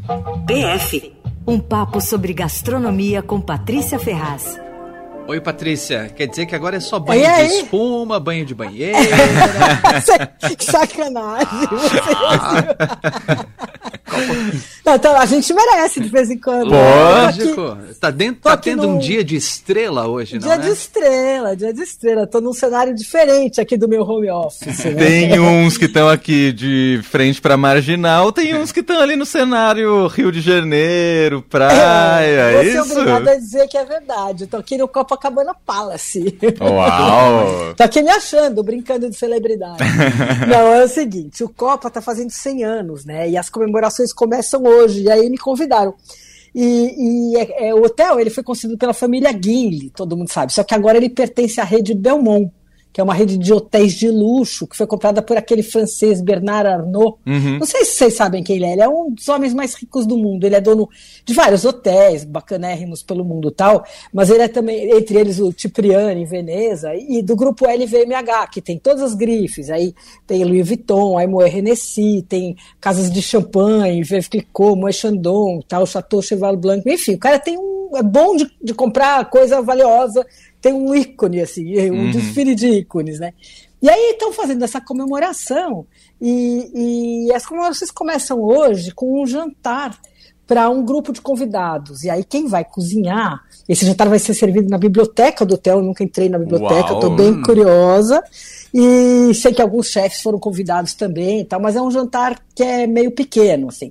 PF, um papo sobre gastronomia com Patrícia Ferraz. Oi, Patrícia. Quer dizer que agora é só banho de espuma, banho de banheira? Que sacanagem. Então, a gente merece de vez em quando. Lógico. Tá tendo um dia de estrela hoje, não é? Dia de estrela. Tô num cenário diferente aqui do meu home office. Né? Tem uns que estão aqui de frente pra Marginal, tem uns que estão ali no cenário Rio de Janeiro, praia, isso? Vou ser obrigada a dizer que é verdade. Eu tô aqui no Copacabana Palace. Uau! Tô aqui me achando, brincando de celebridade. Não, é o seguinte, o Copa tá fazendo 100 anos, né? E as comemorações começam hoje, e aí me convidaram. O hotel, ele foi construído pela família Guinle, todo mundo sabe, só que agora ele pertence à rede Belmond, que é uma rede de hotéis de luxo, que foi comprada por aquele francês Bernard Arnault. Uhum. Não sei se vocês sabem quem ele é um dos homens mais ricos do mundo. Ele é dono de vários hotéis, bacanérrimos pelo mundo e tal, mas ele é também, entre eles, o Cipriani, em Veneza, e do grupo LVMH, que tem todas as grifes. Aí tem Louis Vuitton, aí Moet Hennessy, tem casas de champanhe, Veuve Clicquot, Moet Chandon, tal, Chateau Cheval Blanc. Enfim, o cara é bom de comprar coisa valiosa, tem um ícone, assim, um desfile de ícones, né? E aí estão fazendo essa comemoração, e as comemorações começam hoje com um jantar para um grupo de convidados. E aí quem vai cozinhar, esse jantar vai ser servido na biblioteca do hotel, eu nunca entrei na biblioteca, estou bem curiosa, e sei que alguns chefes foram convidados também, tal, mas é um jantar que é meio pequeno, assim.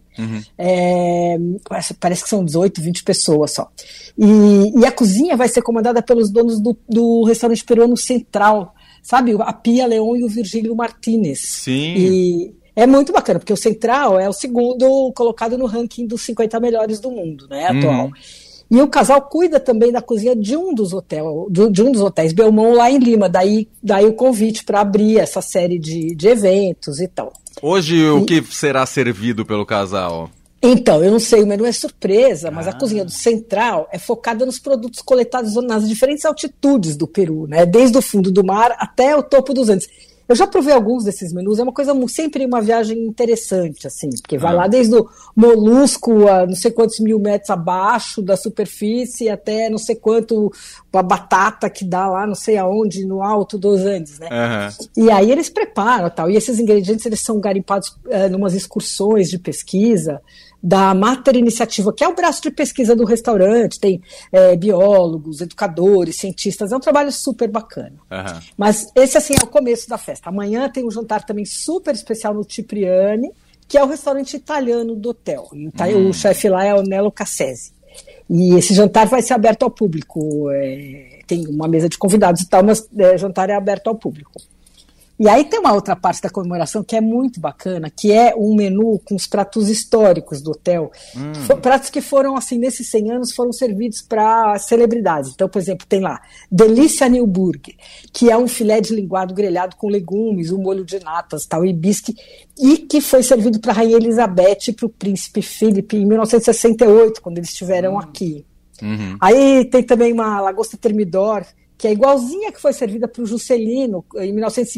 Parece que são 18, 20 pessoas só. E a cozinha vai ser comandada pelos donos do restaurante peruano Central, sabe? A Pia Leon e o Virgílio Martínez. Sim. E é muito bacana, porque o Central é o segundo colocado no ranking dos 50 melhores do mundo, né, atual. E o casal cuida também da cozinha de um dos hotéis Belmond lá em Lima, daí o convite para abrir essa série de eventos e tal. Hoje o que será servido pelo casal? Então, eu não sei, o menu é surpresa, mas a cozinha do Central é focada nos produtos coletados nas diferentes altitudes do Peru, né? Desde o fundo do mar até o topo dos Andes. Eu já provei alguns desses menus, é uma coisa sempre uma viagem interessante, assim, porque vai lá desde o molusco a não sei quantos mil metros abaixo da superfície até não sei quanto a batata que dá lá não sei aonde, no alto dos Andes, né? E aí eles preparam tal, e esses ingredientes eles são garimpados numas excursões de pesquisa da Mater Iniciativa, que é o braço de pesquisa do restaurante, tem biólogos, educadores, cientistas, é um trabalho super bacana. Mas esse, assim, é o começo da festa. Amanhã tem um jantar também super especial no Cipriani, que é o restaurante italiano do hotel. O chefe lá é o Nello Cassese. E esse jantar vai ser aberto ao público. Tem uma mesa de convidados e tal, mas o jantar é aberto ao público. E aí tem uma outra parte da comemoração que é muito bacana, que é um menu com os pratos históricos do hotel. Pratos que foram, assim, nesses 100 anos, foram servidos para celebridades. Então, por exemplo, tem lá Delícia Newburg, que é um filé de linguado grelhado com legumes, um molho de natas, tal, hibisque, e que foi servido para a Rainha Elizabeth e para o Príncipe Philip em 1968, quando eles estiveram aqui. Aí tem também uma lagosta Thermidor, que é igualzinha que foi servida para o Juscelino em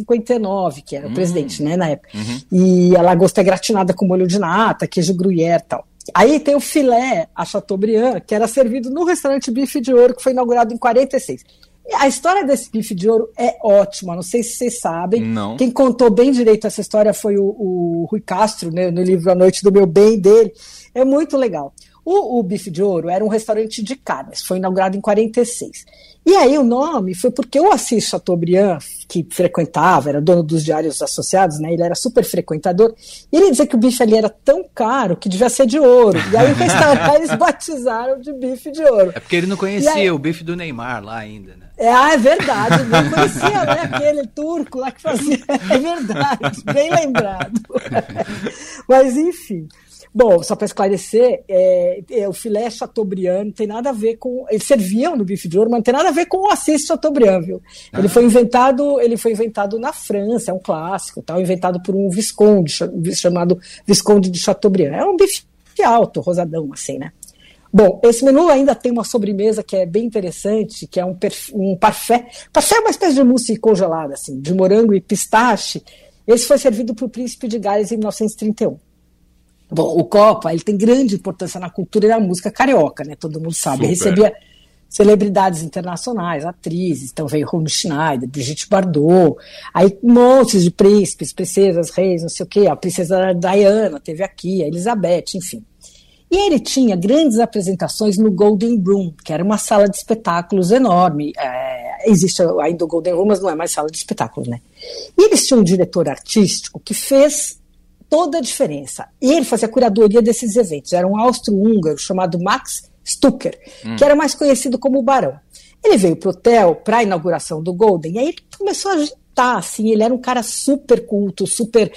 1959, que era o presidente, né, na época. E a lagosta é gratinada com molho de nata, queijo gruyère e tal. Aí tem o filé a Chateaubriand, que era servido no restaurante Bife de Ouro, que foi inaugurado em 46. E a história desse bife de ouro é ótima, não sei se vocês sabem. Não. Quem contou bem direito essa história foi o Rui Castro, né, no livro A Noite do Meu Bem dele. É muito legal. O Bife de Ouro era um restaurante de carnes, foi inaugurado em 46. E aí o nome foi porque o Assis Chateaubriand, que frequentava, era dono dos Diários Associados, né, ele era super frequentador, e ele dizia que o bife ali era tão caro que devia ser de ouro. E aí o restaurante eles batizaram de Bife de Ouro. É porque ele não conhecia o bife do Neymar lá ainda, né? É verdade, não conhecia, né, aquele turco lá que fazia. É verdade, bem lembrado. Mas enfim. Bom, só para esclarecer, o filé Chateaubriand não tem nada a ver com... Eles serviam no Bife de Ouro, mas não tem nada a ver com o Assis Chateaubriand, viu? Ele foi inventado na França, é um clássico, tal, inventado por um visconde chamado Visconde de Chateaubriand. É um bife alto, rosadão, assim, né? Bom, esse menu ainda tem uma sobremesa que é bem interessante, que é um parfait. Parfait é uma espécie de mousse congelada, assim, de morango e pistache. Esse foi servido para o Príncipe de Gales em 1931. Bom, o Copa, ele tem grande importância na cultura e na música carioca, né? Todo mundo sabe. Ele recebia celebridades internacionais, atrizes, então veio Romy Schneider, Brigitte Bardot, aí montes de príncipes, princesas, reis, não sei o quê, a princesa Diana teve aqui, a Elizabeth, enfim. E ele tinha grandes apresentações no Golden Room, que era uma sala de espetáculos enorme. Existe ainda o Golden Room, mas não é mais sala de espetáculos, né? E eles tinham um diretor artístico que fez toda a diferença. E ele fazia a curadoria desses eventos. Era um austro-húngaro chamado Max Stucker, que era mais conhecido como o Barão. Ele veio para o hotel para a inauguração do Golden, e aí ele começou a agitar, assim, ele era um cara super culto, super,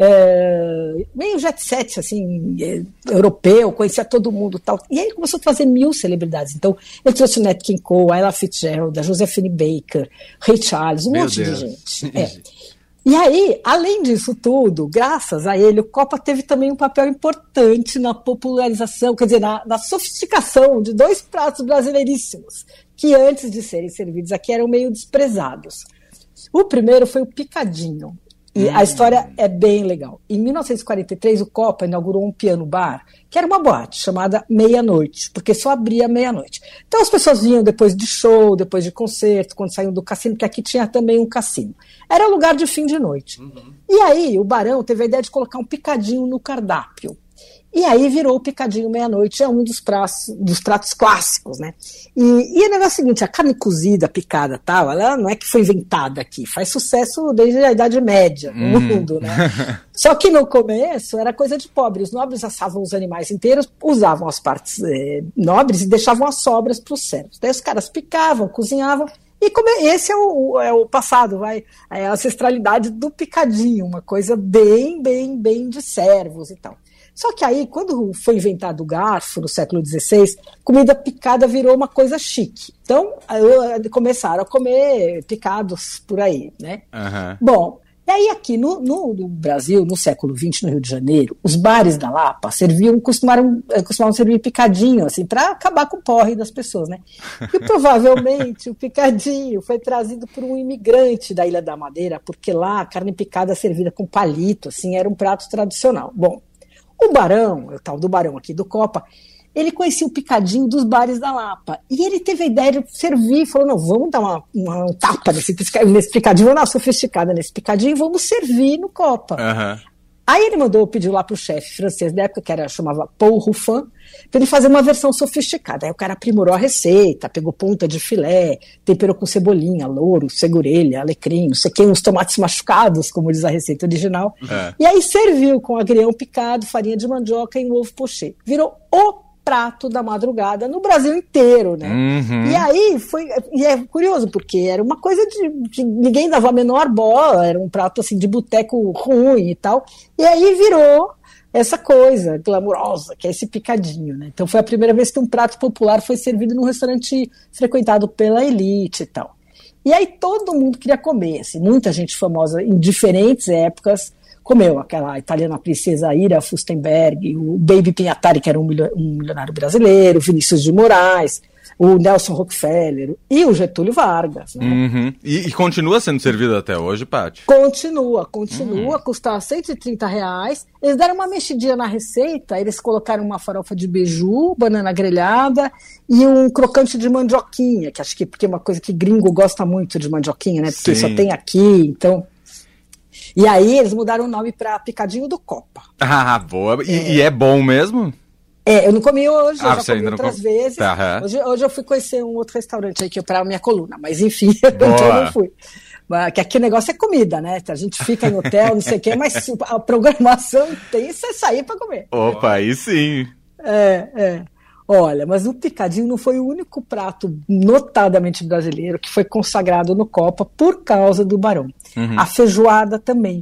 meio jet set, assim, europeu, conhecia todo mundo e tal. E aí ele começou a trazer 1000 celebridades. Então, ele trouxe o Nat King Cole, a Ella Fitzgerald, a Josephine Baker, Ray Charles, um monte de gente. E aí, além disso tudo, graças a ele, o Copa teve também um papel importante na popularização, quer dizer, na sofisticação de 2 pratos brasileiríssimos, que antes de serem servidos aqui eram meio desprezados. O primeiro foi o picadinho, e a história é bem legal. Em 1943, o Copa inaugurou um piano bar, que era uma boate chamada Meia-Noite, porque só abria meia-noite. Então as pessoas vinham depois de show, depois de concerto, quando saíam do cassino, porque aqui tinha também um cassino. Era lugar de fim de noite. E aí o Barão teve a ideia de colocar um picadinho no cardápio. E aí virou o picadinho meia-noite, é um dos pratos clássicos, né? E o negócio é o seguinte, a carne cozida, picada tal, ela não é que foi inventada aqui, faz sucesso desde a Idade Média no mundo, né? Só que no começo era coisa de pobre, os nobres assavam os animais inteiros, usavam as partes nobres e deixavam as sobras para os servos. Daí os caras picavam, cozinhavam, e esse é o passado, é a ancestralidade do picadinho, uma coisa bem de servos e tal. Só que aí, quando foi inventado o garfo, no século XVI, comida picada virou uma coisa chique. Então, começaram a comer picados por aí, né? Bom, e aí aqui no Brasil, no século XX, no Rio de Janeiro, os bares da Lapa costumavam servir picadinho, assim, para acabar com o porre das pessoas, né? E provavelmente o picadinho foi trazido por um imigrante da Ilha da Madeira, porque lá a carne picada servida com palito, assim, era um prato tradicional. Bom, o Barão, o tal do Barão aqui do Copa, ele conhecia o picadinho dos bares da Lapa. E ele teve a ideia de servir, falou, não, vamos dar um tapa nesse picadinho, vamos dar uma sofisticada nesse picadinho e vamos servir no Copa. Aí ele pediu lá pro chefe francês da época, chamava Paul Ruffin, para ele fazer uma versão sofisticada. Aí o cara aprimorou a receita, pegou ponta de filé, temperou com cebolinha, louro, segurelha, alecrim, não sei o que, uns tomates machucados, como diz a receita original. E aí serviu com agrião picado, farinha de mandioca e um ovo pochê. Virou o prato da madrugada no Brasil inteiro, né? E aí é curioso, porque era uma coisa de ninguém dava a menor bola, era um prato assim de boteco ruim e tal, e aí virou essa coisa glamurosa, que é esse picadinho, né? Então foi a primeira vez que um prato popular foi servido num restaurante frequentado pela elite e tal. E aí todo mundo queria comer, assim, muita gente famosa em diferentes épocas comeu, aquela italiana princesa Ira Furstenberg, o Baby Pignatari, que era um milionário brasileiro, Vinícius de Moraes, o Nelson Rockefeller e o Getúlio Vargas. Né? E continua sendo servido até hoje, Paty? Continua, custava R$130. Eles deram uma mexidinha na receita, eles colocaram uma farofa de beiju, banana grelhada e um crocante de mandioquinha, que acho que porque é uma coisa que gringo gosta muito de mandioquinha, né? Porque só tem aqui, então... E aí eles mudaram o nome para Picadinho do Copa. Ah, boa. E é bom mesmo? Eu não comi hoje, eu já comi outras vezes. Tá, hoje eu fui conhecer um outro restaurante aí que para a minha coluna, mas enfim, então eu não fui. Que aqui o negócio é comida, né? A gente fica em hotel, não sei o quê, mas a programação tem você sair para comer. Opa, aí sim. Olha, mas o picadinho não foi o único prato notadamente brasileiro que foi consagrado no Copa por causa do Barão. A feijoada também.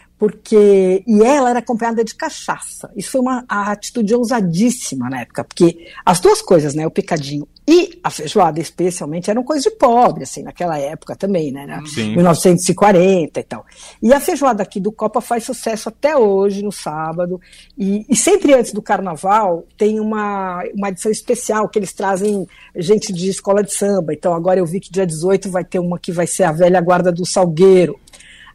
E ela era acompanhada de cachaça. Isso foi uma atitude ousadíssima na época, porque as duas coisas, né, o picadinho e a feijoada especialmente, eram coisas de pobre, assim, naquela época também, né, 1940 e tal. E a feijoada aqui do Copa faz sucesso até hoje, no sábado, e sempre antes do Carnaval tem uma edição especial que eles trazem gente de escola de samba. Então agora eu vi que dia 18 vai ter uma que vai ser a velha guarda do Salgueiro.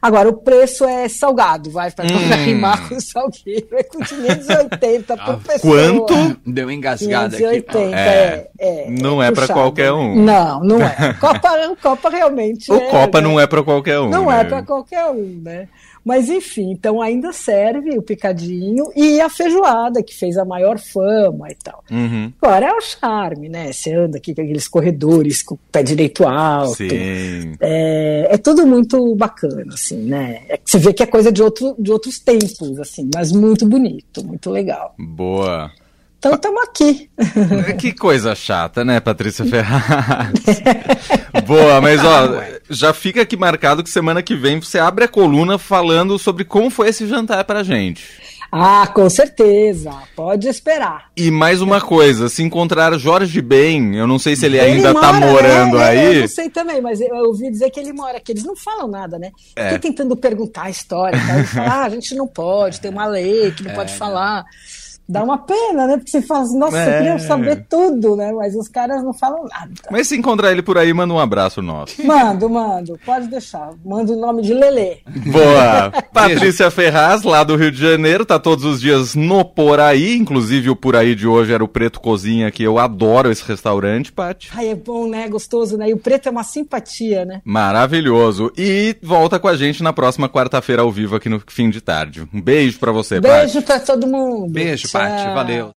Agora, o preço é salgado, vai para rimar com o salgueiro, é com 580 por pessoa. Quanto? Deu engasgada 580, aqui. Não é para qualquer um. Não é. O Copa realmente o Copa não é para qualquer um. Não é para qualquer um, né? Mas enfim, então ainda serve o picadinho e a feijoada, que fez a maior fama e tal. Agora é o charme, né? Você anda aqui com aqueles corredores com o pé direito alto. Sim. É tudo muito bacana, assim, né? Você vê que é coisa de outros tempos, assim, mas muito bonito, muito legal. Boa. Então estamos aqui. Que coisa chata, né, Patrícia Ferraz? Boa, mas já fica aqui marcado que semana que vem você abre a coluna falando sobre como foi esse jantar pra gente. Ah, com certeza, pode esperar. E mais uma coisa, se encontrar Jorge Ben, eu não sei se ele ainda tá morando aí. Eu não sei também, mas eu ouvi dizer que ele mora, que eles não falam nada, né? Fiquei tentando perguntar a história, tá? Ele fala, a gente não pode, tem uma lei que não pode falar. Dá uma pena, né? Porque você fala assim, nossa, eu queria saber tudo, né? Mas os caras não falam nada. Mas se encontrar ele por aí, manda um abraço nosso. Mando, pode deixar. Manda o nome de Lelê. Boa. Patrícia Ferraz, lá do Rio de Janeiro, tá todos os dias no Por Aí, inclusive o Por Aí de hoje era o Preto Cozinha, que eu adoro esse restaurante, Paty. Ai, é bom, né? Gostoso, né? E o Preto é uma simpatia, né? Maravilhoso. E volta com a gente na próxima quarta-feira ao vivo aqui no Fim de Tarde. Um beijo pra você, Paty. Beijo pra todo mundo. Beijo, Paty. Valeu.